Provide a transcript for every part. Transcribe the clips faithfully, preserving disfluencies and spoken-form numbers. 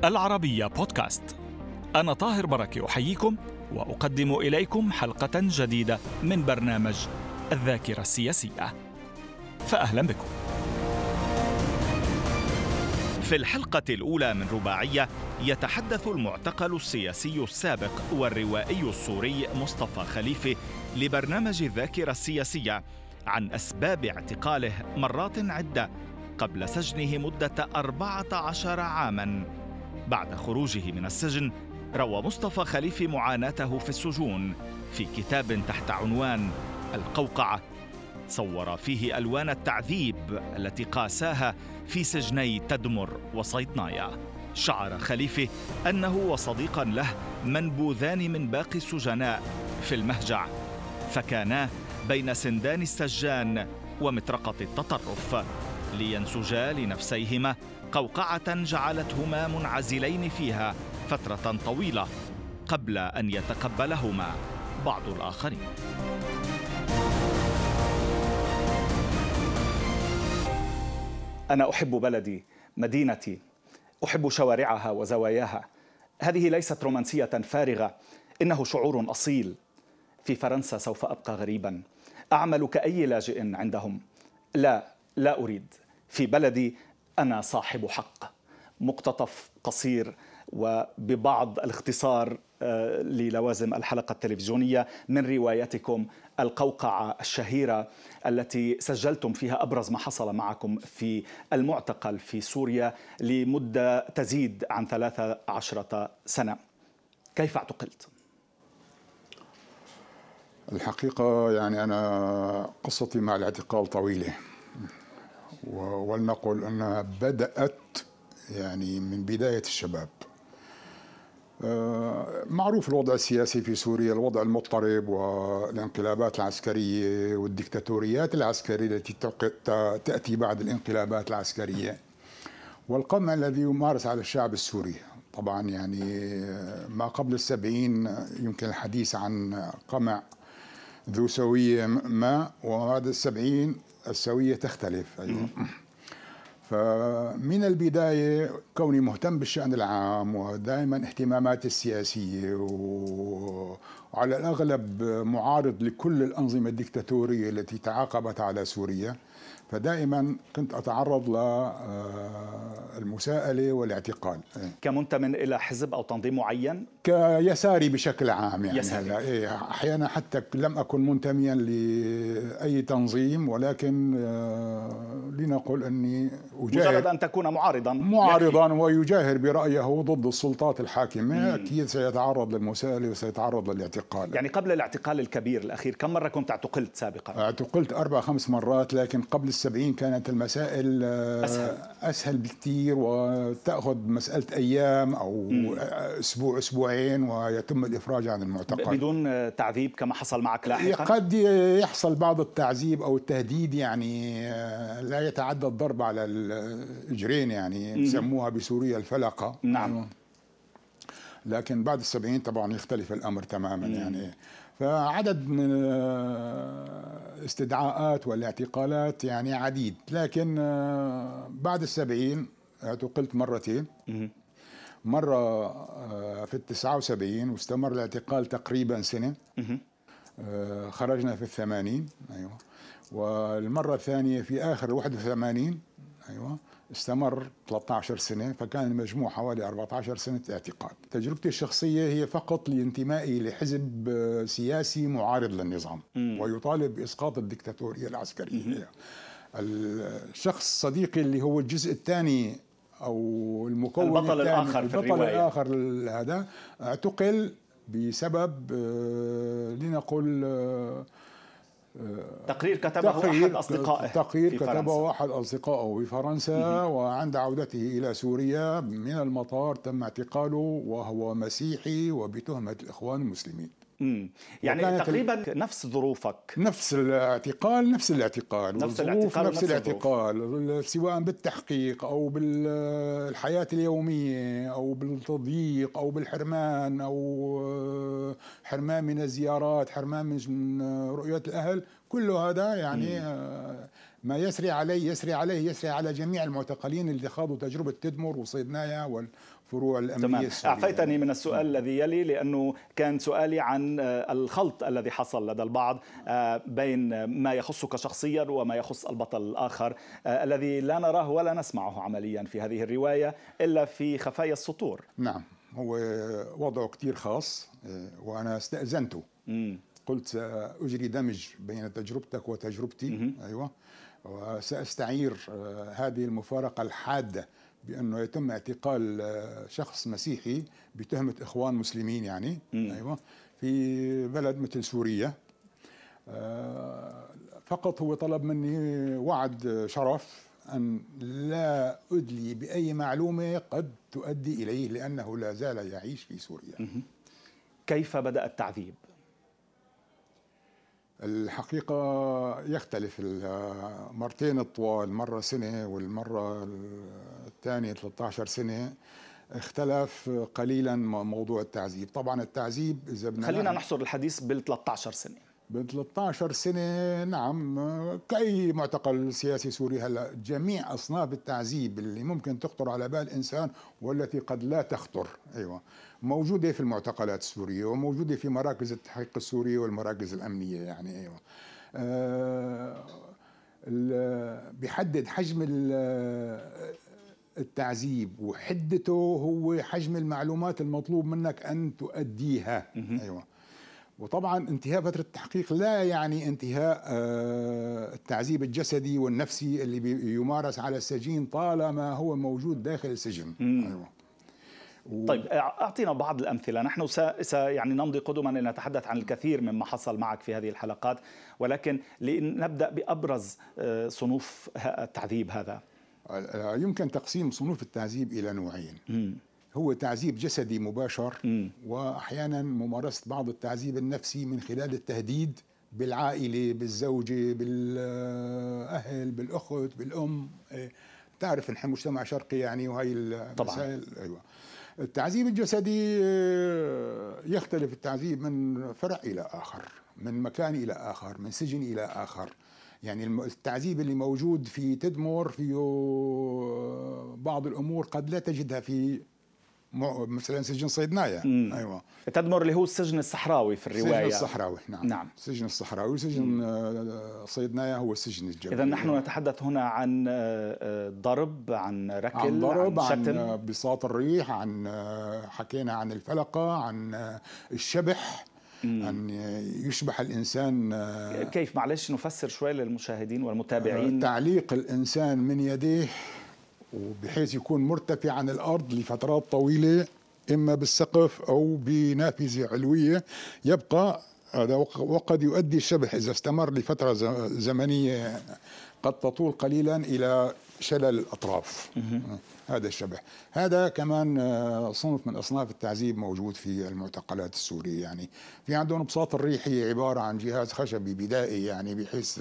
العربية بودكاست. أنا طاهر بركة أحييكم وأقدم إليكم حلقة جديدة من برنامج الذاكرة السياسية، فأهلا بكم. في الحلقة الأولى من رباعية يتحدث المعتقل السياسي السابق والروائي السوري مصطفى خليفة لبرنامج الذاكرة السياسية عن أسباب اعتقاله مرات عدة قبل سجنه مدة أربعة عشر عاماً. بعد خروجه من السجن روى مصطفى خليفة معاناته في السجون في كتاب تحت عنوان القوقعة، صور فيه ألوان التعذيب التي قاساها في سجني تدمر وصيدنايا. شعر خليفة أنه وصديقا له منبوذان من باقي السجناء في المهجع، فكانا بين سندان السجان ومطرقة التطرف لينسجا لنفسيهما قوقعة جعلتهما منعزلين فيها فترة طويلة قبل أن يتقبلهما بعض الآخرين. أنا أحب بلدي، مدينتي، أحب شوارعها وزواياها. هذه ليست رومانسية فارغة، إنه شعور أصيل. في فرنسا سوف أبقى غريبا، أعمل كأي لاجئ عندهم. لا لا أريد. في بلدي أنا صاحب حق. مقتطف قصير وببعض الاختصار للوازم الحلقة التلفزيونية من روايتكم القوقعة الشهيرة التي سجلتم فيها أبرز ما حصل معكم في المعتقل في سوريا لمدة تزيد عن ثلاثة عشرة سنة. كيف اعتقلت؟ الحقيقة يعني أنا قصتي مع الاعتقال طويلة، ولنقل أنها بدأت يعني من بداية الشباب. معروف الوضع السياسي في سوريا، الوضع المضطرب والانقلابات العسكرية والديكتاتوريات العسكرية التي تأتي بعد الانقلابات العسكرية، والقمع الذي يمارس على الشعب السوري. طبعا يعني ما قبل السبعين يمكن الحديث عن قمع ذو سوية ما، وبعد السبعين السوية تختلف. أيوة. فمن البداية كوني مهتم بالشأن العام ودائما اهتماماتي السياسية وعلى الأغلب معارض لكل الأنظمة الديكتاتورية التي تعاقبت على سوريا، فدائما كنت أتعرض للمساءلة والاعتقال. كمنتمن إلى حزب أو تنظيم معين؟ كيساري بشكل عام يعني. يساري. إيه أحيانا حتى لم أكن منتميا لأي تنظيم، ولكن لنقل أني أجاهر، مجرد أن تكون معارضا معارضا ويجاهر برأيه ضد السلطات الحاكمة، أكيد سيتعرض للمساءلة وسيتعرض للاعتقال. يعني قبل الاعتقال الكبير الأخير كم مرة كنت اعتقلت سابقا؟ اعتقلت أربع خمس مرات، لكن قبل السبعين كانت المسائل أسهل, أسهل بكثير، وتأخذ مسألة أيام أو مم. أسبوع أسبوعين ويتم الإفراج عن المعتقل بدون تعذيب كما حصل معك لاحقا؟ قد يحصل بعض التعذيب أو التهديد، يعني لا يتعدى الضرب على الإجرين، يعني يسموها بسوريا الفلقة. نعم. لكن بعد السبعين طبعا يختلف الأمر تماما. مم. يعني فعدد من الاستدعاءات والاعتقالات يعني عديد، لكن بعد السبعين اعتقلت مرتين. مرة في التسعة وسبعين واستمر الاعتقال تقريبا سنة. خرجنا في الثمانين. أيوة. والمرة الثانية في آخر واحد وثمانين. أيوة. استمر ثلاثة عشر سنة، فكان المجموع حوالي أربعة عشر سنة اعتقال. تجربتي الشخصية هي فقط لانتمائي لحزب سياسي معارض للنظام م. ويطالب بإسقاط الدكتاتورية العسكرية. الشخص صديقي اللي هو الجزء الثاني أو المكون البطل الثاني، الآخر البطل في الرواية الآخر هذا اعتقل بسبب لنقل تقرير كتبه تقرير أحد أصدقائه تقرير في كتبه أحد أصدقائه بفرنسا. وعند عودته إلى سوريا من المطار تم اعتقاله وهو مسيحي وبتهمة الإخوان المسلمين. امم يعني تقريبا نفس ظروفك، نفس الاعتقال نفس الاعتقال نفس الاعتقال نفس الاعتقال سواء بالتحقيق او بالحياة اليومية او بالتضييق او بالحرمان او حرمان من الزيارات، حرمان من رؤية الاهل، كل هذا يعني ما يسري عليه يسري عليه يسري على جميع المعتقلين اللي خاضوا تجربة تدمر وصيدنايا والفروع الأمنية تمام. السورية. أعفيتني من السؤال الذي يلي، لأنه كان سؤالي عن الخلط الذي حصل لدى البعض بين ما يخصك شخصيا وما يخص البطل الآخر الذي لا نراه ولا نسمعه عمليا في هذه الرواية إلا في خفايا السطور. نعم، هو وضعه كتير خاص، وأنا استأذنته. مم. قلت سأجري دمج بين تجربتك وتجربتي. مم. أيوة، وسأستعير هذه المفارقة الحادة بأنه يتم اعتقال شخص مسيحي بتهمة إخوان مسلمين يعني. مم. أيوة، في بلد مثل سوريا. فقط هو طلب مني وعد شرف أن لا أدلي بأي معلومة قد تؤدي إليه، لأنه لا زال يعيش في سوريا. مم. كيف بدأ التعذيب؟ الحقيقة يختلف، المرتين الطوال، مرة سنة والمرة الثانية ثلاثة عشر سنة، اختلف قليلا موضوع التعذيب. طبعا التعذيب إذا بدنا خلينا نحصر الحديث بال ثلاثة عشر سنة. بال ثلاثة عشر سنة نعم، كأي معتقل سياسي سوري هلا جميع أصناف التعذيب اللي ممكن تخطر على بال إنسان والتي قد لا تخطر أيوة موجودة في المعتقلات السورية وموجودة في مراكز التحقيق السورية والمراكز الأمنية يعني. أيوة أه بيحدد حجم التعذيب وحدته هو حجم المعلومات المطلوب منك أن تؤديها. أيوة، وطبعا انتهاء فترة التحقيق لا يعني انتهاء التعذيب الجسدي والنفسي اللي بيمارس على السجين طالما هو موجود داخل السجن. أيوة. و... طيب أعطينا بعض الأمثلة. نحن س... يعني نمضي قدما لنتحدث عن الكثير مما حصل معك في هذه الحلقات، ولكن لنبدأ بأبرز صنوف التعذيب هذا. يمكن تقسيم صنوف التعذيب إلى نوعين. م. هو تعذيب جسدي مباشر، م. وأحيانا ممارسة بعض التعذيب النفسي من خلال التهديد بالعائلة، بالزوجة، بالأهل، بالأخت، بالأم. تعرف نحن مجتمع شرقي يعني، وهي المسائل. أيوة. التعذيب الجسدي يختلف التعذيب من فرع إلى آخر، من مكان إلى آخر، من سجن إلى آخر. يعني التعذيب اللي موجود في تدمر فيه بعض الأمور قد لا تجدها في مثلا سجن صيدنايا. أيوة. تدمر اللي هو السجن الصحراوي في الرواية. السجن الصحراوي نعم. نعم. السجن الصحراوي، سجن صيدنايا هو السجن الجبلي. إذا نحن نتحدث هنا عن ضرب، عن ركل، عن ضرب، عن شتم، عن بساط الريح، عن حكينا عن الفلقة، عن الشبح، أن يشبح الإنسان. كيف؟ معلش نفسر شوي للمشاهدين والمتابعين. تعليق الإنسان من يديه وبحيث يكون مرتفع عن الأرض لفترات طويلة، إما بالسقف أو بنافذة علوية، يبقى هذا وقد يؤدي الشبح إذا استمر لفترة زمنية قد تطول قليلا إلى شلل الأطراف. هذا الشبح. هذا كمان صنف من أصناف التعذيب موجود في المعتقلات السورية. يعني في عندهم بساط الريح، هي عبارة عن جهاز خشبي بدائي يعني، بحيث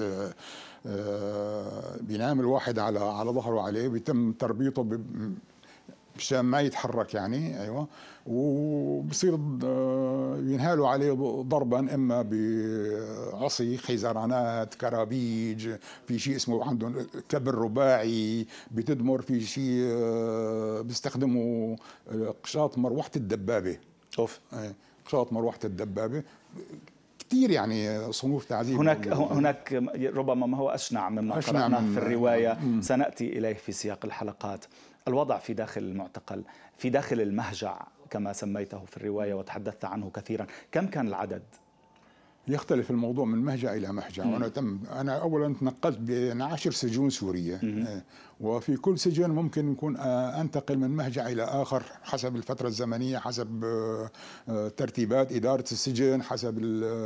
بينام الواحد على على ظهره عليه، بيتم تربيطه مشان ما يتحرك يعني. ايوه، وبصير ينهالوا عليه ضربا اما بعصي، خيزرانات، كرابيج، في شيء اسمه عندهم كبر رباعي بتدمر، في شيء بيستخدموا قشاط مروحه الدبابه. اوف، قشاط مروحه الدبابه. كثير يعني صنوف تعذيب. هناك هناك ربما ما هو أشنع مما قرأناه في الرواية. مم. سنأتي إليه في سياق الحلقات. الوضع في داخل المعتقل، في داخل المهجع كما سميته في الرواية وتحدثت عنه كثيرا، كم كان العدد؟ يختلف الموضوع من مهجع إلى مهجع. وأنا تم أنا أولا تنقلت بين عشر سجون سورية، مم. وفي كل سجن ممكن يكون أنتقل من مهجع إلى آخر حسب الفترة الزمنية، حسب ترتيبات إدارة السجن، حسب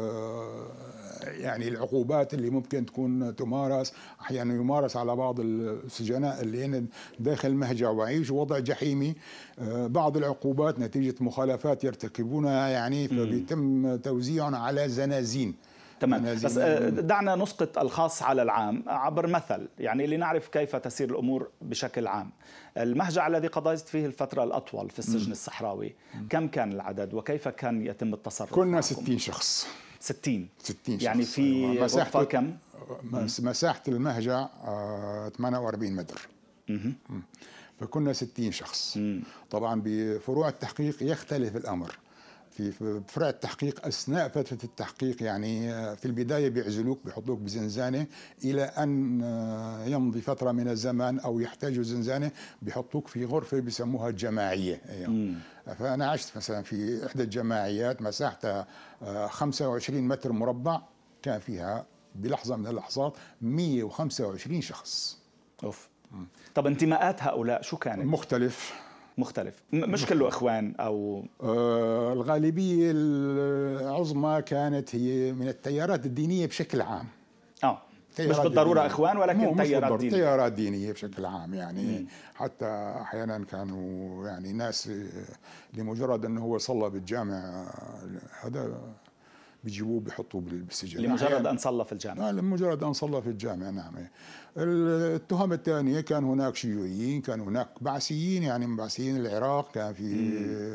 يعني العقوبات اللي ممكن تكون تمارس. أحيانا يمارس على بعض السجناء اللي هن داخل مهجع وعيش وضع جحيمي بعض العقوبات نتيجة مخالفات يرتكبونها يعني، فبيتم توزيعهم على زنازين. تمام، بس دعنا نسقط الخاص على العام عبر مثل يعني لنعرف كيف تسير الأمور بشكل عام. المهجع الذي قضيت فيه الفترة الأطول في السجن م. الصحراوي، كم كان العدد وكيف كان يتم التصرف؟ كنا ستين شخص. ستين ستين شخص. يعني في أيوة. غرفة كم؟ مساحة المهجع ثمانية وأربعين متر. مم. فكنا ستين شخص. مم. طبعا بفروع التحقيق يختلف الأمر. في فروع التحقيق أثناء فترة التحقيق يعني في البداية بيعزلوك بيحطوك بزنزانة إلى أن يمضي فترة من الزمان أو يحتاجوا زنزانة بيحطوك في غرفة بيسموها الجماعية. أيوة. فأنا عشت مثلا في إحدى الجماعيات مساحتها خمسة وعشرين متر مربع، كان فيها بلحظة من اللحظات مئة وخمسة وعشرين شخص. أوف. طب انتماءات هؤلاء شو كانت؟ مختلف مختلف مش كله إخوان أو آه الغالبية العظمى كانت هي من التيارات الدينية بشكل عام. آه مش بالضرورة دينية. إخوان ولكن تيارات دينية. تيارات دينية بشكل عام يعني. مم. حتى أحيانا كانوا يعني ناس لمجرد أنه هو صلى بالجامع هذا بيجيبوه بيحطوه بالسجن لمجرد أن صلى في الجامع. لمجرد أن صلى في الجامع. نعم. التهم الثانية كان هناك شيوعيين، كان هناك بعثيين يعني من بعثيين العراق، كان في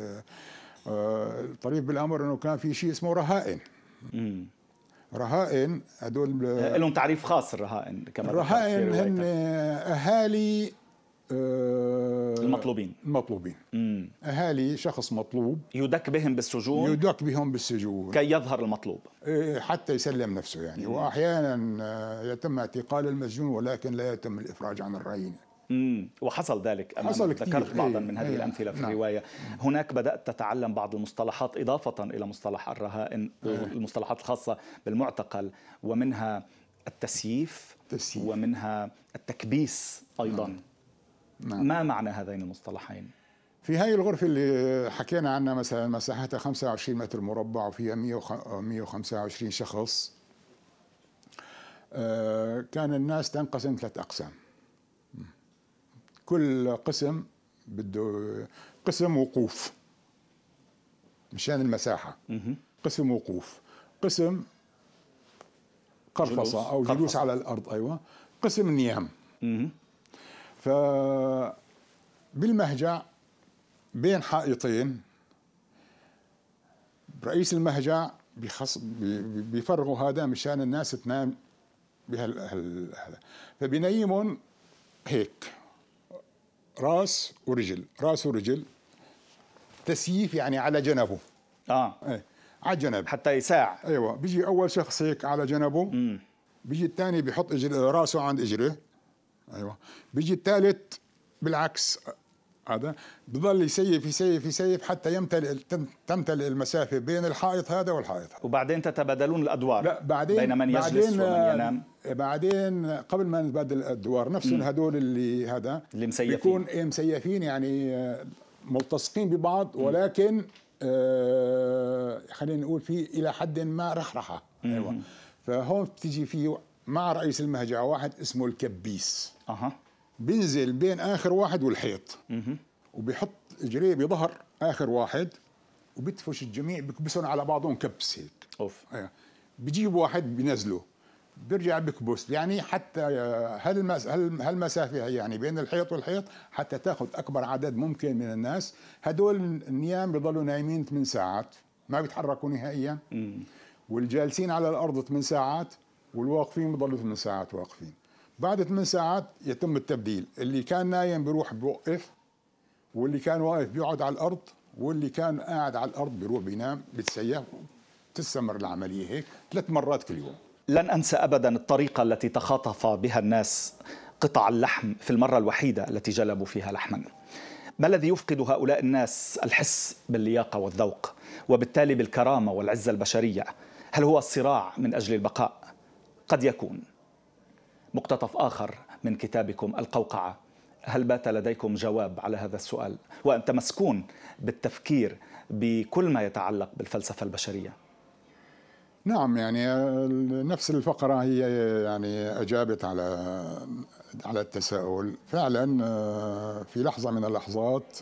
الطريف بالأمر أنه كان في شيء اسمه رهائن. مم. رهائن هدول لهم تعريف خاص. الرهائن كما الرهائن هن أهالي المطلوبين. المطلوبين. مم. أهالي شخص مطلوب يدك بهم بالسجون. يدك بهم بالسجون كي يظهر المطلوب حتى يسلم نفسه يعني. مم. وأحيانا يتم اعتقال المسجون ولكن لا يتم الإفراج عن الرهين. امم وحصل ذلك. حصل ذكرت بعضا من هذه ايه الأمثلة في نعم. الرواية. هناك بدأت تتعلم بعض المصطلحات إضافة إلى مصطلح الرهائن، ايه. المصطلحات الخاصة بالمعتقل، ومنها التسييف تسييف. ومنها التكبيس أيضا. نعم. نعم. ما معنى هذين المصطلحين؟ في هاي الغرفة اللي حكينا عنها مثلا مساحتها خمسة وعشرين متر مربع وفيها مئة وخمسة وعشرين شخص. كان الناس تنقسم ثلاث أقسام. كل قسم بده قسم وقوف مشان المساحة. قسم وقوف، قسم قرفصة أو جلوس قرفصة. على الأرض. أيوة. قسم نيام. فبالمهجع بين حائطين رئيس المهجع بيخص بيفرغوا هذا مشان الناس تنام بهال فبينيمون هيك راس ورجل راس ورجل تسييف يعني على جنبه. اه ايه على جنب حتى يساع. ايوه. بيجي اول شخص هيك على جنبه. مم. بيجي الثاني بيحط اجر راسه عند اجره. ايوه. بيجي الثالث بالعكس. هذا بضل يسيف يسيف يسيف حتى يمتلئ تمتلئ المسافه بين الحائط هذا والحائط هذا. وبعدين تتبادلون الادوار. لا بعدين بين من يجلس ومن ينام. بعدين قبل ما نتبادل الادوار نفسهم هذول اللي هذا اللي مسيفين بيكون ايه مسيفين يعني ملتصقين ببعض ولكن آه خلينا نقول في الى حد ما رحرحه. ايوه. فهون بتيجي فيه مع رئيس المهجع واحد اسمه الكبيس. اها. بينزل بين اخر واحد والحيط. مه. وبيحط اجريه بظهر اخر واحد وبيدفش الجميع بيكبسون على بعضهم كبس هيك. اوف. ايوه. بيجيب واحد بينزله بيرجع بكبس يعني حتى هالمسافه يعني بين الحيط والحيط حتى تاخذ اكبر عدد ممكن من الناس. هدول النيام بيضلوا نايمين ثمان ساعات ما بيتحركوا نهائيا. مم. والجالسين على الارض ثمان ساعات والواقفين بيضلوا ثمان ساعات واقفين. بعد ثمان ساعات يتم التبديل. اللي كان نايم بيروح بيوقف واللي كان واقف بيقعد على الارض واللي كان قاعد على الارض بيروح بينام بتسيح. تستمر العمليه هيك ثلاث مرات كل يوم. لن أنسى أبدا الطريقة التي تخاطف بها الناس قطع اللحم في المرة الوحيدة التي جلبوا فيها لحما. ما الذي يفقد هؤلاء الناس الحس باللياقة والذوق وبالتالي بالكرامة والعزة البشرية؟ هل هو الصراع من أجل البقاء؟ قد يكون. مقتطف آخر من كتابكم القوقعة، هل بات لديكم جواب على هذا السؤال وأنت مسكون بالتفكير بكل ما يتعلق بالفلسفة البشرية؟ نعم يعني نفس الفقرة هي يعني أجابت على على التساؤل. فعلا في لحظة من اللحظات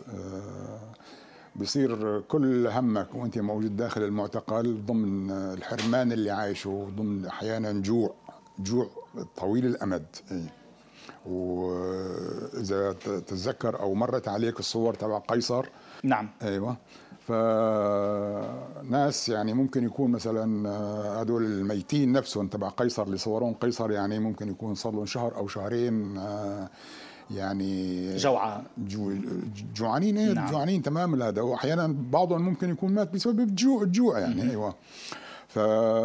بيصير كل همك وانت موجود داخل المعتقل ضمن الحرمان اللي عايشه ضمن أحيانا جوع جوع طويل الأمد. وإذا تتذكر أو مرت عليك الصور تبع قيصر. نعم. أيوة. فناس يعني ممكن يكون مثلا هذول الميتين نفسهم تبع قيصر اللي صورون قيصر، يعني ممكن يكون صار لهم شهر او شهرين يعني جوعان جو جوعانين ايه نعم. جوعانين تماما هذا، واحيانا بعضهم ممكن يكون مات بسبب الجوع الجوع يعني. ايوه. ف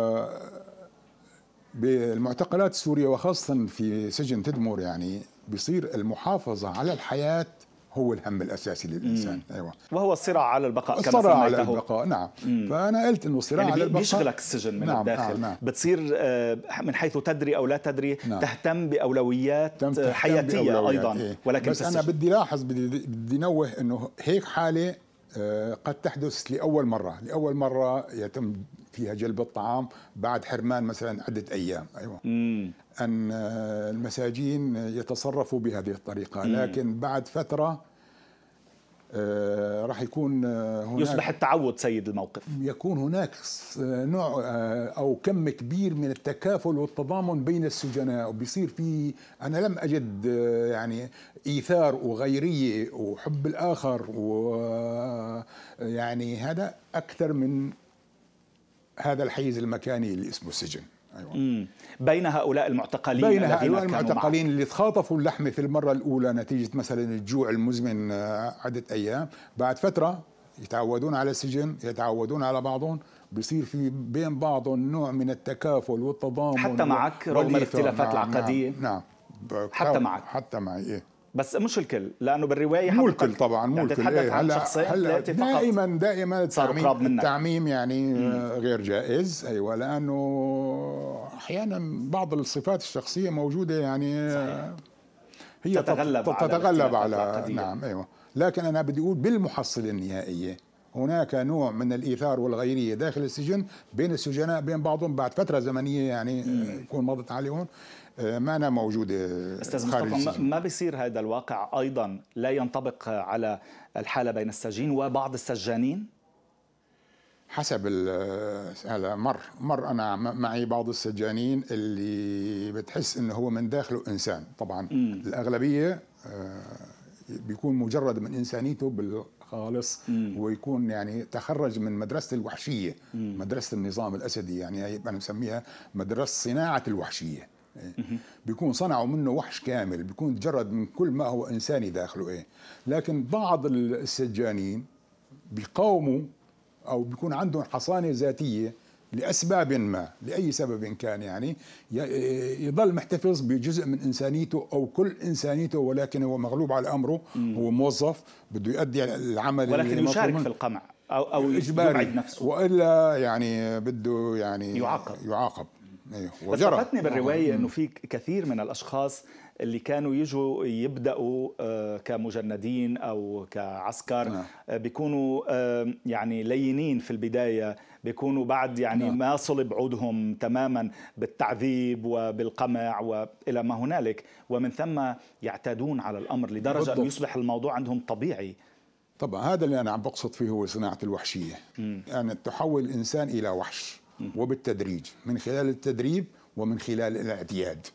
بالمعتقلات السورية وخاصة في سجن تدمر يعني بيصير المحافظة على الحياة هو الهم الأساسي للإنسان. مم. أيوة. وهو الصراع على البقاء كما الصراع على البقاء. نعم. مم. فأنا قلت إنه الصراع يعني على البقاء بيشغلك السجن من نعم. الداخل. نعم. نعم. بتصير من حيث تدري أو لا تدري نعم. تهتم بأولويات تهتم حياتية بأولويات. أيضا. إيه. ولكن بس أنا بدي لاحظ بدي, بدي نوه إنه هيك حالة قد تحدث لأول مرة لأول مرة يتم فيها جلب الطعام بعد حرمان مثلا عدة أيام. أيوة. مم. أن المساجين يتصرفوا بهذه الطريقة، لكن بعد فترة راح يكون هناك يصبح التعود سيد الموقف، يكون هناك نوع أو كم كبير من التكافل والتضامن بين السجناء، وبيصير في أنا لم أجد يعني إيثار وغيرية وحب الآخر، ويعني هذا أكثر من هذا الحيز المكاني اللي اسمه السجن. أيوة. مم. بين هؤلاء المعتقلين بين هؤلاء المعتقلين اللي تخاطفوا اللحمة في المرة الأولى نتيجة مثلا الجوع المزمن عدة أيام، بعد فترة يتعودون على السجن، يتعودون على بعضهم، بيصير في بين بعضهم نوع من التكافل والتضامن حتى معك رغم الاختلافات نعم. العقدية. نعم. نعم. حتى معك حتى معي. إيه؟ بس مش الكل، لانه بالروايه مو الكل طبعا مو يعني الكل. تتحدث إيه؟ عن شخصين ثلاثه فقط دائما دائما التعميم, التعميم يعني مم. غير جائز. ايوه، لانه احيانا بعض الصفات الشخصيه موجوده يعني صحيح. هي تتغلب, تتغلب على, على نعم. ايوه، لكن انا بدي اقول بالمحصله النهائيه هناك نوع من الايثار والغيريه داخل السجن بين السجناء بين بعضهم بعد فتره زمنيه يعني مم. يكون مضت عليهم ما أنا موجودة. أستاذ مصطفى، ما بيصير هذا الواقع أيضا لا ينطبق على الحالة بين السجين وبعض السجانين؟ حسب هذا مر مر أنا معي بعض السجانين اللي بتحس إنه هو من داخله إنسان. طبعا م. الأغلبية بيكون مجرد من إنسانيته بالخالص، م. ويكون يعني تخرج من مدرسة الوحشية، م. مدرسة النظام الأسدي، يعني أنا بسميها مدرسة صناعة الوحشية. بيكون صنعوا منه وحش كامل، بيكون تجرد من كل ما هو إنساني داخله. إيه لكن بعض السجانين بيقاوموا أو بيكون عندهم حصانة ذاتية لأسباب ما، لأي سبب كان، يعني يضل محتفظ بجزء من إنسانيته أو كل إنسانيته، ولكن هو مغلوب على أمره. مم. هو موظف بده يؤدي العمل، ولكن يشارك في القمع أو أو يبعد نفسه، وإلا يعني بده يعني يعاقب يعاقب. بس لفتني بالرواية أنه في كثير من الأشخاص اللي كانوا يجوا يبدأوا كمجندين أو كعسكر بيكونوا يعني لينين في البداية، بيكونوا بعد يعني ما صلب عودهم تماما بالتعذيب وبالقمع وإلى ما هنالك، ومن ثم يعتادون على الأمر لدرجة أن يصبح الموضوع عندهم طبيعي. طبعا هذا اللي أنا عم بقصد فيه هو صناعة الوحشية، يعني تحول الإنسان إلى وحش، وبالتدريج من خلال التدريب ومن خلال الاعتياد.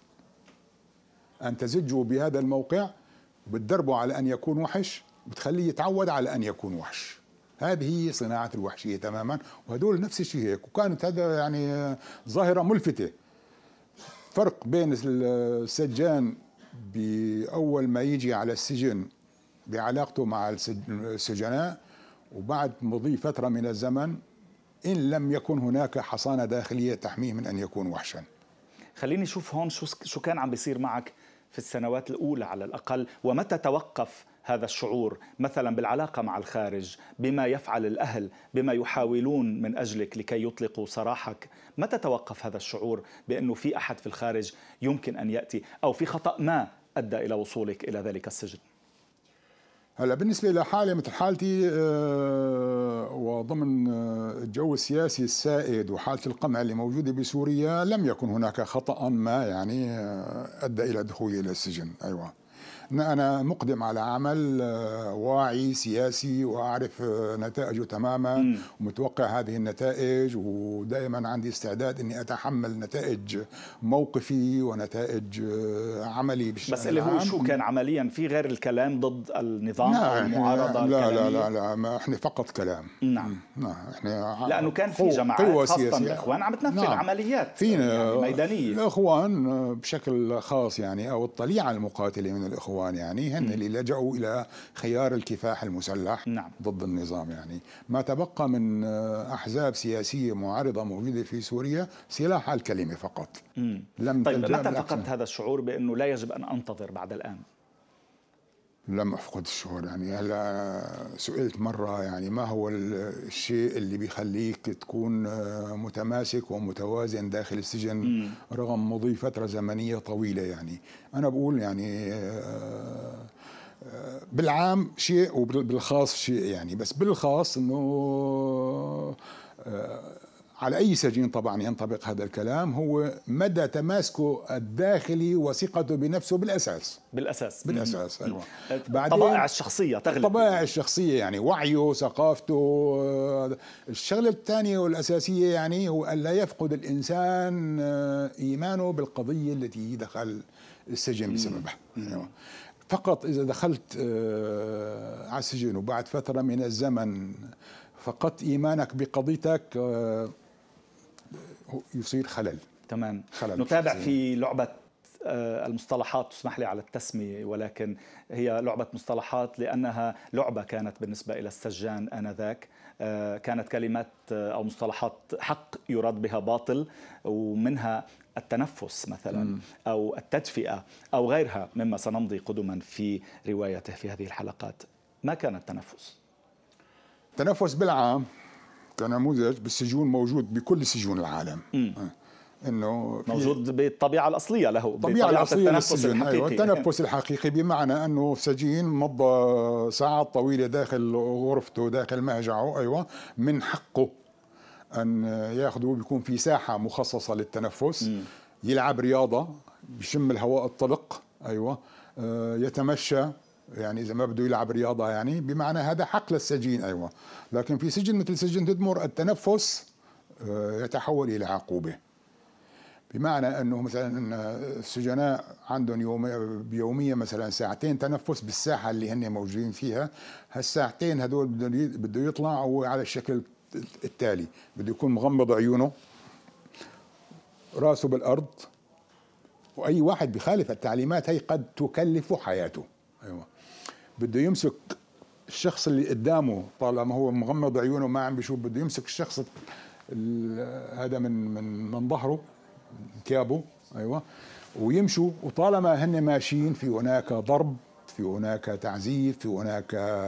أن تزجوا بهذا الموقع بتدربوا على أن يكون وحش، بتخليه يتعود على أن يكون وحش. هذه هي صناعة الوحشية تماما، وهدول نفس الشيء هيك. وكانت هذا يعني ظاهرة ملفتة، فرق بين السجان بأول ما يجي على السجن بعلاقته مع السجناء، وبعد مضي فترة من الزمن إن لم يكن هناك حصانة داخلية تحميه من أن يكون وحشا. خليني أشوف هون شو شو كان عم بيصير معك في السنوات الأولى على الأقل، ومتى توقف هذا الشعور مثلا بالعلاقة مع الخارج، بما يفعل الأهل، بما يحاولون من أجلك لكي يطلقوا سراحك. متى توقف هذا الشعور بأنه في أحد في الخارج يمكن أن يأتي، أو في خطأ ما أدى إلى وصولك إلى ذلك السجن؟ هلا بالنسبة لحالة مثل حالتي وضمن الجو السياسي السائد وحالة القمع اللي موجودة بسوريا، لم يكن هناك خطأ ما يعني أدى إلى دخولي إلى السجن. أيوة، أنا مقدم على عمل واعي سياسي وأعرف نتائجه تماما م. ومتوقع هذه النتائج، ودائما عندي استعداد أني أتحمل نتائج موقفي ونتائج عملي بالشأن بس اللي هو شو كان عمليا في غير الكلام ضد النظام أو المعارضة لا الكلامية؟ لا لا لا ما احنا فقط كلام. نعم. نعم احنا لأنه كان في جماعات خاصة الإخوان عم تنفذ نعم. عمليات فينا يعني ميدانية. الإخوان بشكل خاص يعني أو الطليعة المقاتلة من الإخوان يعني هن اللي لجأوا إلى خيار الكفاح المسلح نعم. ضد النظام. يعني ما تبقى من أحزاب سياسية معارضة موجودة في سوريا سلاح الكلمة فقط. مم. لم طيب متى فقدت هذا الشعور بأنه لا يجب أن أنتظر بعد الآن؟ لم أفقد الشعور. يعني هلا سئلت مرة يعني ما هو الشيء اللي بيخليك تكون متماسك ومتوازن داخل السجن م. رغم مضي فترة زمنية طويلة. يعني أنا بقول يعني بالعام شيء وبالخاص شيء يعني، بس بالخاص إنه على أي سجين طبعا ينطبق هذا الكلام هو مدى تماسكه الداخلي وثقته بنفسه بالأساس بالأساس بالأساس أيوة. طبائع الشخصية تغلب طبائع الشخصية يعني وعيه ثقافته. الشغلة الثانية والأساسية يعني هو أن لا يفقد الإنسان إيمانه بالقضية التي دخل السجن بسببها. أيوة. فقط إذا دخلت على السجن وبعد فترة من الزمن فقدت إيمانك بقضيتك يصير خلل. تمام. خلل نتابع في لعبة المصطلحات، تسمح لي على التسمية ولكن هي لعبة مصطلحات لأنها لعبة كانت بالنسبة إلى السجان آنذاك. كانت كلمات أو مصطلحات حق يراد بها باطل، ومنها التنفس مثلا أو التدفئة أو غيرها مما سنمضي قدما في روايته في هذه الحلقات. ما كان التنفس؟ التنفس بالعام كنموذج بالسجون موجود بكل سجون العالم. م. انه موجود بالطبيعه الاصليه له، الطبيعه الاصليه للسجن. ايوه التنفس الحقيقي بمعنى انه سجين مضى ساعات طويله داخل غرفته داخل مهجعه ايوه من حقه ان ياخذه، بيكون في ساحه مخصصه للتنفس. م. يلعب رياضه، بيشم الهواء الطلق ايوه، يتمشى يعني إذا ما بده يلعب رياضة يعني بمعنى هذا حق للسجين أيوة. لكن في سجن مثل سجن تدمر التنفس يتحول إلى عقوبة، بمعنى أنه مثلا السجناء عندهم يوم بيوميا مثلا ساعتين تنفس بالساحة اللي هن موجودين فيها. هالساعتين هدول بده يطلع هو على الشكل التالي: بده يكون مغمض عيونه، راسه بالأرض، وأي واحد بخالف التعليمات هي قد تكلف حياته أيوة. بده يمسك الشخص اللي قدامه طالما هو مغمض عيونه ما عم بيشوف، بده يمسك الشخص هذا من من من ظهره ثيابه ايوه ويمشوا، وطالما هن ماشيين في هناك ضرب، في هناك تعذيب، في هناك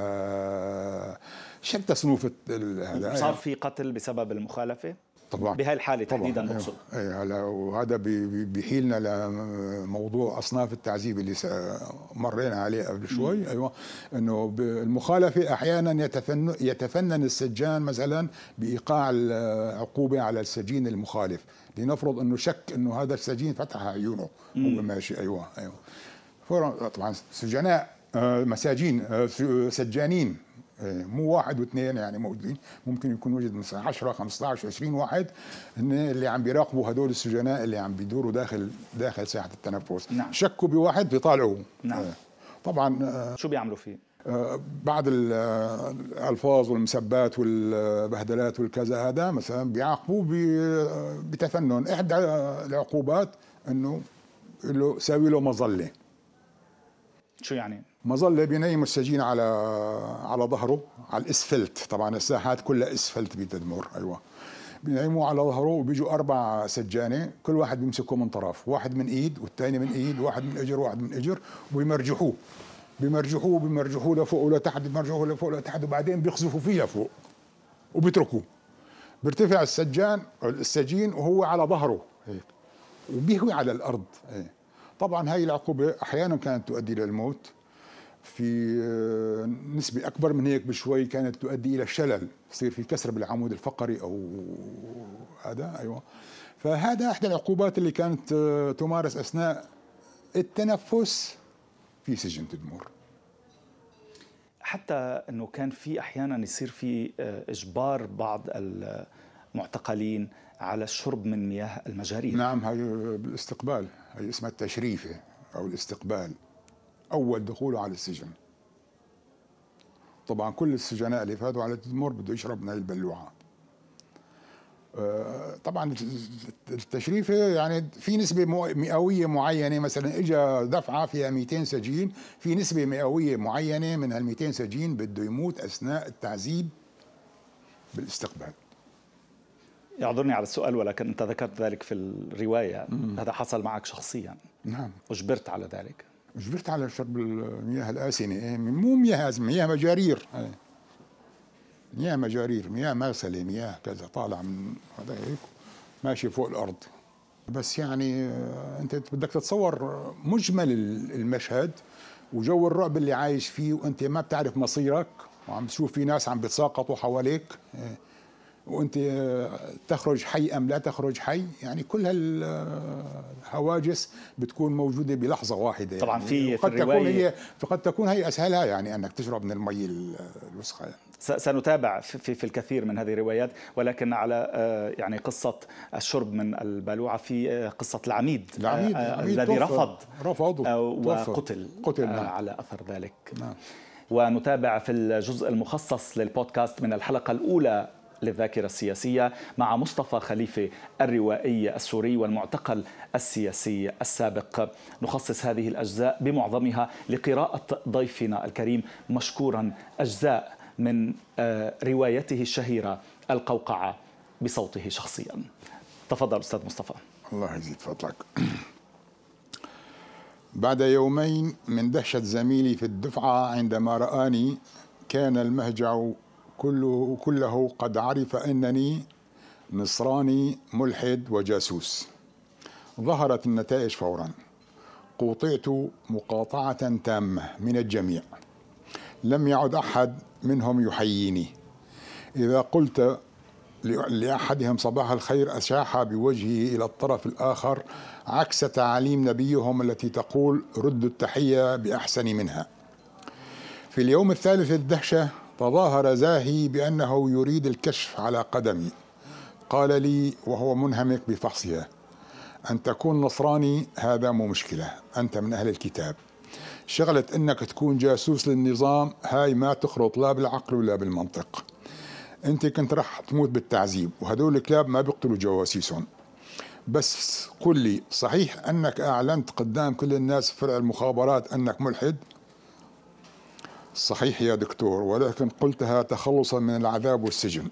شتى صنوف هذا. صار في قتل بسبب المخالفه طبعا بهاي الحاله تحديدا بقصد. اي هلا وهذا بيحيلنا لموضوع اصناف التعذيب اللي مرينا عليه قبل شوي ايوه، انه المخالفه احيانا يتفنن يتفنن السجان مثلا بايقاع العقوبه على السجين المخالف. لنفرض انه شك انه هذا السجين فتح عيونه وهو ماشي ايوه ايوه طبعا سجناء مساجين سجانين مو واحد واثنين يعني موجودين، ممكن يكون وجد مثلا عشرة خمسة عشر عشرين واحد اللي عم بيراقبوا هدول السجناء اللي عم بيدوروا داخل داخل ساحه التنفس. نعم. شكوا بواحد بيطالعوه. نعم. طبعا شو بيعملوا فيه؟ بعد الالفاظ والمسبات والبهدلات والكذا هذا مثلا بيعاقبوه بتفنن. احدى العقوبات انه له ساوي له مظله. شو يعني؟ مظله بينيم السجين على على ظهره على الاسفلت، طبعا الساحات كلها اسفلت بتدمر ايوه. بينيموا على ظهره وبيجوا اربع سجانه كل واحد بيمسكه من طرف، واحد من ايد والثاني من ايد، واحد من اجر واحد من اجر، وبيمرجحوه بيمرجحوه بيمرجحوه لفوق ولتحت، بيمرجحوه لفوق ولتحت، وبعدين بيقذفوا فيه لفوق وبيتركوه. بيرتفع السجان السجين وهو على ظهره هيك وبيهوي على الارض. طبعا هاي العقوبه احيانا كانت تؤدي للموت، في نسبة أكبر من هيك بشوي كانت تؤدي إلى الشلل، يصير في كسر بالعمود الفقري أو هذا أيوة. فهذا إحدى العقوبات اللي كانت تمارس أثناء التنفس في سجن تدمر. حتى أنه كان في أحيانا يصير في إجبار بعض المعتقلين على الشرب من مياه المجاري. نعم، هي بالاستقبال، هي اسمها التشريفة أو الاستقبال، أول دخوله على السجن. طبعا كل السجناء اللي فاتوا على تدمر بده يشرب من البلوعة. طبعا التشريفة يعني في نسبة مئوية معينة، مثلا اجى دفعة فيها مئتين سجين، في نسبة مئوية معينة من هال مئتين سجين بده يموت أثناء التعذيب بالاستقبال. يعذرني على السؤال، ولكن أنت ذكرت ذلك في الرواية. مم. هذا حصل معك شخصيا؟ نعم. أجبرت على ذلك؟ أجبرت على شرب المياه الآسنة، مو مياه آسنة، مياه مجارير، مياه مجارير، مياه مغسلة، مياه كذا طالع من هذا هيك ماشي فوق الأرض. بس يعني أنت بدك تتصور مجمل المشهد وجو الرعب اللي عايش فيه، وأنت ما بتعرف مصيرك، وعم تشوف في ناس عم بيتساقطوا حواليك، وأنت تخرج حي أم لا تخرج حي. يعني كل هالهواجس بتكون موجودة بلحظة واحدة. طبعا يعني في قد في تكون هي قد تكون هي أسهلها، يعني أنك تشرب من المي الوسخة. يعني. سنتابع في في الكثير من هذه الروايات، ولكن على يعني قصة الشرب من البلوعة، في قصة العميد, العميد, العميد الذي رفض رفض وقتل قتل على أثر ذلك. نعم. ونتابع في الجزء المخصص للبودكاست من الحلقة الأولى للذاكرة السياسية مع مصطفى خليفة الروائي السوري والمعتقل السياسي السابق. نخصص هذه الأجزاء بمعظمها لقراءة ضيفنا الكريم مشكورا أجزاء من روايته الشهيرة القوقعة بصوته شخصيا. تفضل أستاذ مصطفى. الله يزيد فضلك. بعد يومين من دهشة زميلي في الدفعة عندما رآني، كان المهجع كله, كله قد عرف أنني نصراني ملحد وجاسوس. ظهرت النتائج فورا. قوطعت مقاطعة تامة من الجميع، لم يعد أحد منهم يحييني. إذا قلت لأحدهم صباح الخير أشاح بوجهه إلى الطرف الآخر، عكس تعاليم نبيهم التي تقول ردوا التحية بأحسن منها. في اليوم الثالث الدهشة تظاهر زاهي بأنه يريد الكشف على قدمي. قال لي وهو منهمك بفحصها: أن تكون نصراني هذا مو مشكلة، أنت من أهل الكتاب. شغلة أنك تكون جاسوس للنظام هاي ما تخرط لا بالعقل ولا بالمنطق. أنت كنت رح تموت بالتعذيب، وهدول الكلاب ما بيقتلوا جواسيسهم. بس قل لي، صحيح أنك أعلنت قدام كل الناس في فرع المخابرات أنك ملحد؟ صحيح يا دكتور، ولكن قلتها تخلصا من العذاب والسجن.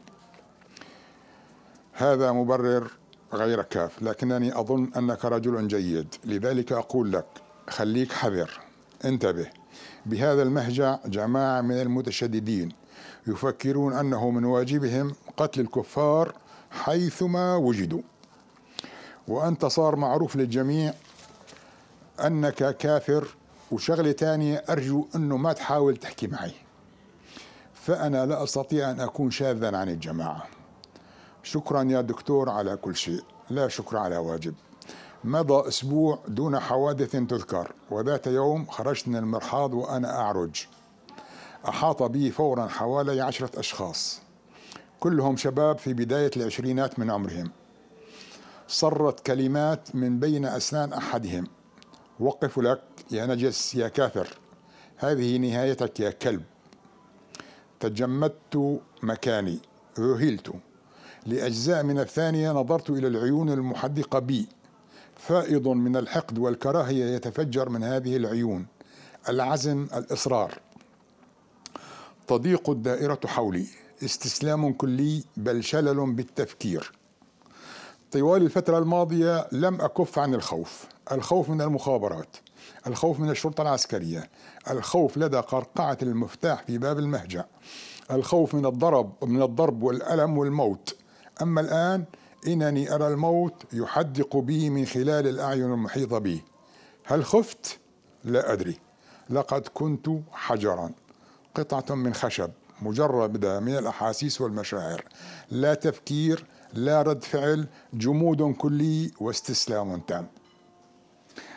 هذا مبرر غير كاف، لكنني أظن أنك رجل جيد، لذلك أقول لك خليك حذر، انتبه. بهذا المهجع جماعة من المتشددين يفكرون أنه من واجبهم قتل الكفار حيثما وجدوا، وأنت صار معروف للجميع أنك كافر. وشغلة تانية أرجو أنه ما تحاول تحكي معي، فأنا لا أستطيع أن أكون شاذا عن الجماعة. شكرا يا دكتور على كل شيء، لا شكر على واجب. مضى أسبوع دون حوادث تذكر، وذات يوم خرجت من المرحاض وأنا أعرج. أحاط بي فورا حوالي عشرة أشخاص، كلهم شباب في بداية العشرينات من عمرهم. صرت كلمات من بين أسنان أحدهم: وقف لك يا نجس يا كافر، هذه نهايتك يا كلب. تجمدت مكاني، ذهلت. لأجزاء من الثانية نظرت إلى العيون المحدقة بي، فائض من الحقد والكراهية يتفجر من هذه العيون. العزم، الإصرار. تضيق الدائرة حولي، استسلام كلي بل شلل بالتفكير. طوال الفترة الماضية لم أكف عن الخوف، الخوف من المخابرات، الخوف من الشرطة العسكرية، الخوف لدى قرقعة المفتاح في باب المهجع، الخوف من الضرب من الضرب والألم والموت. أما الآن إنني أرى الموت يحدق بي من خلال الأعين المحيطة بي. هل خفت؟ لا أدري. لقد كنت حجرا، قطعة من خشب مجردة من الأحاسيس والمشاعر، لا تفكير، لا رد فعل، جمود كلي واستسلام تام.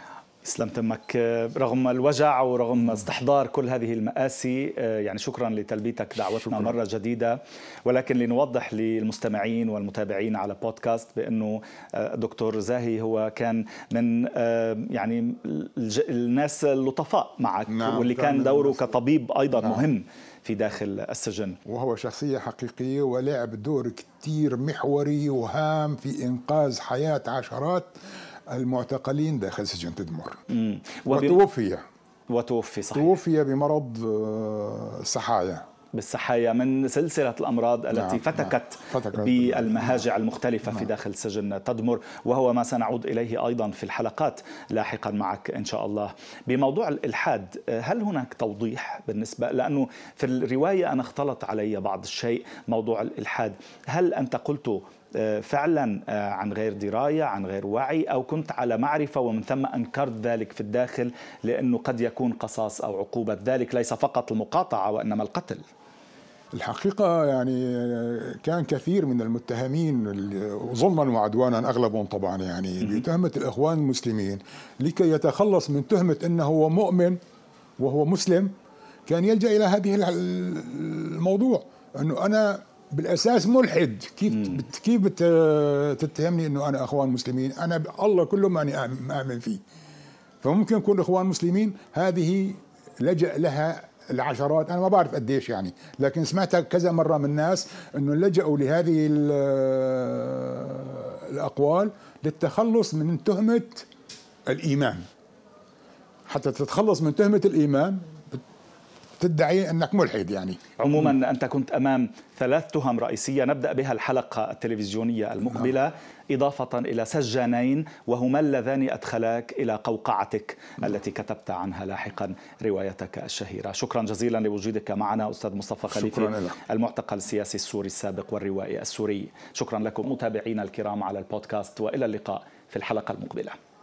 يسلم تمك. رغم الوجع ورغم استحضار كل هذه المآسي، يعني شكرا لتلبيتك دعوتنا شكرا. مرة جديدة، ولكن لنوضح للمستمعين والمتابعين على بودكاست بأنه دكتور زاهي هو كان من يعني الناس اللطفاء معك، نعم، واللي كان دوره كطبيب أيضا نعم. مهم في داخل السجن، وهو شخصية حقيقية ولعب دور كتير محوري وهام في إنقاذ حياة عشرات المعتقلين داخل سجن تدمر. وتوفي وتوفي صحيح. توفي بمرض السحايا بالسحايا من سلسلة الأمراض التي نعم. فتكت, فتكت بالمهاجع المختلفة نعم. في داخل سجن تدمر، وهو ما سنعود إليه أيضا في الحلقات لاحقا معك إن شاء الله. بموضوع الإلحاد، هل هناك توضيح بالنسبة، لأنه في الرواية أنا اختلط علي بعض الشيء موضوع الإلحاد، هل أنت قلت فعلا عن غير دراية عن غير وعي، أو كنت على معرفة ومن ثم أنكرت ذلك في الداخل لأنه قد يكون قصاص أو عقوبة ذلك ليس فقط المقاطعة وإنما القتل؟ الحقيقة يعني كان كثير من المتهمين ظلما وعدوانا أغلبهم طبعا يعني بتهمة الإخوان المسلمين لكي يتخلص من تهمة أنه هو مؤمن وهو مسلم، كان يلجأ إلى هذه الموضوع أنه أنا بالأساس ملحد، كيف مم. كيف بتتهمني أنه أنا أخوان مسلمين؟ أنا الله كله ما أنا أؤمن فيه. فممكن يكون إخوان مسلمين هذه لجأ لها العشرات، أنا ما بعرف قديش يعني، لكن سمعتها كذا مرة من الناس أنه لجأوا لهذه الأقوال للتخلص من تهمة الإيمان. حتى تتخلص من تهمة الإيمان تدعي أنك ملحد يعني. عموما أنت كنت أمام ثلاث تهم رئيسية نبدأ بها الحلقة التلفزيونية المقبلة نعم. إضافة إلى سجانين وهما اللذان أدخلاك إلى قوقعتك نعم. التي كتبت عنها لاحقا روايتك الشهيرة. شكرا جزيلا لوجودك معنا أستاذ مصطفى خليفي، المعتقل السياسي السوري السابق والروائي السوري. شكرا لكم متابعينا الكرام على البودكاست، وإلى اللقاء في الحلقة المقبلة.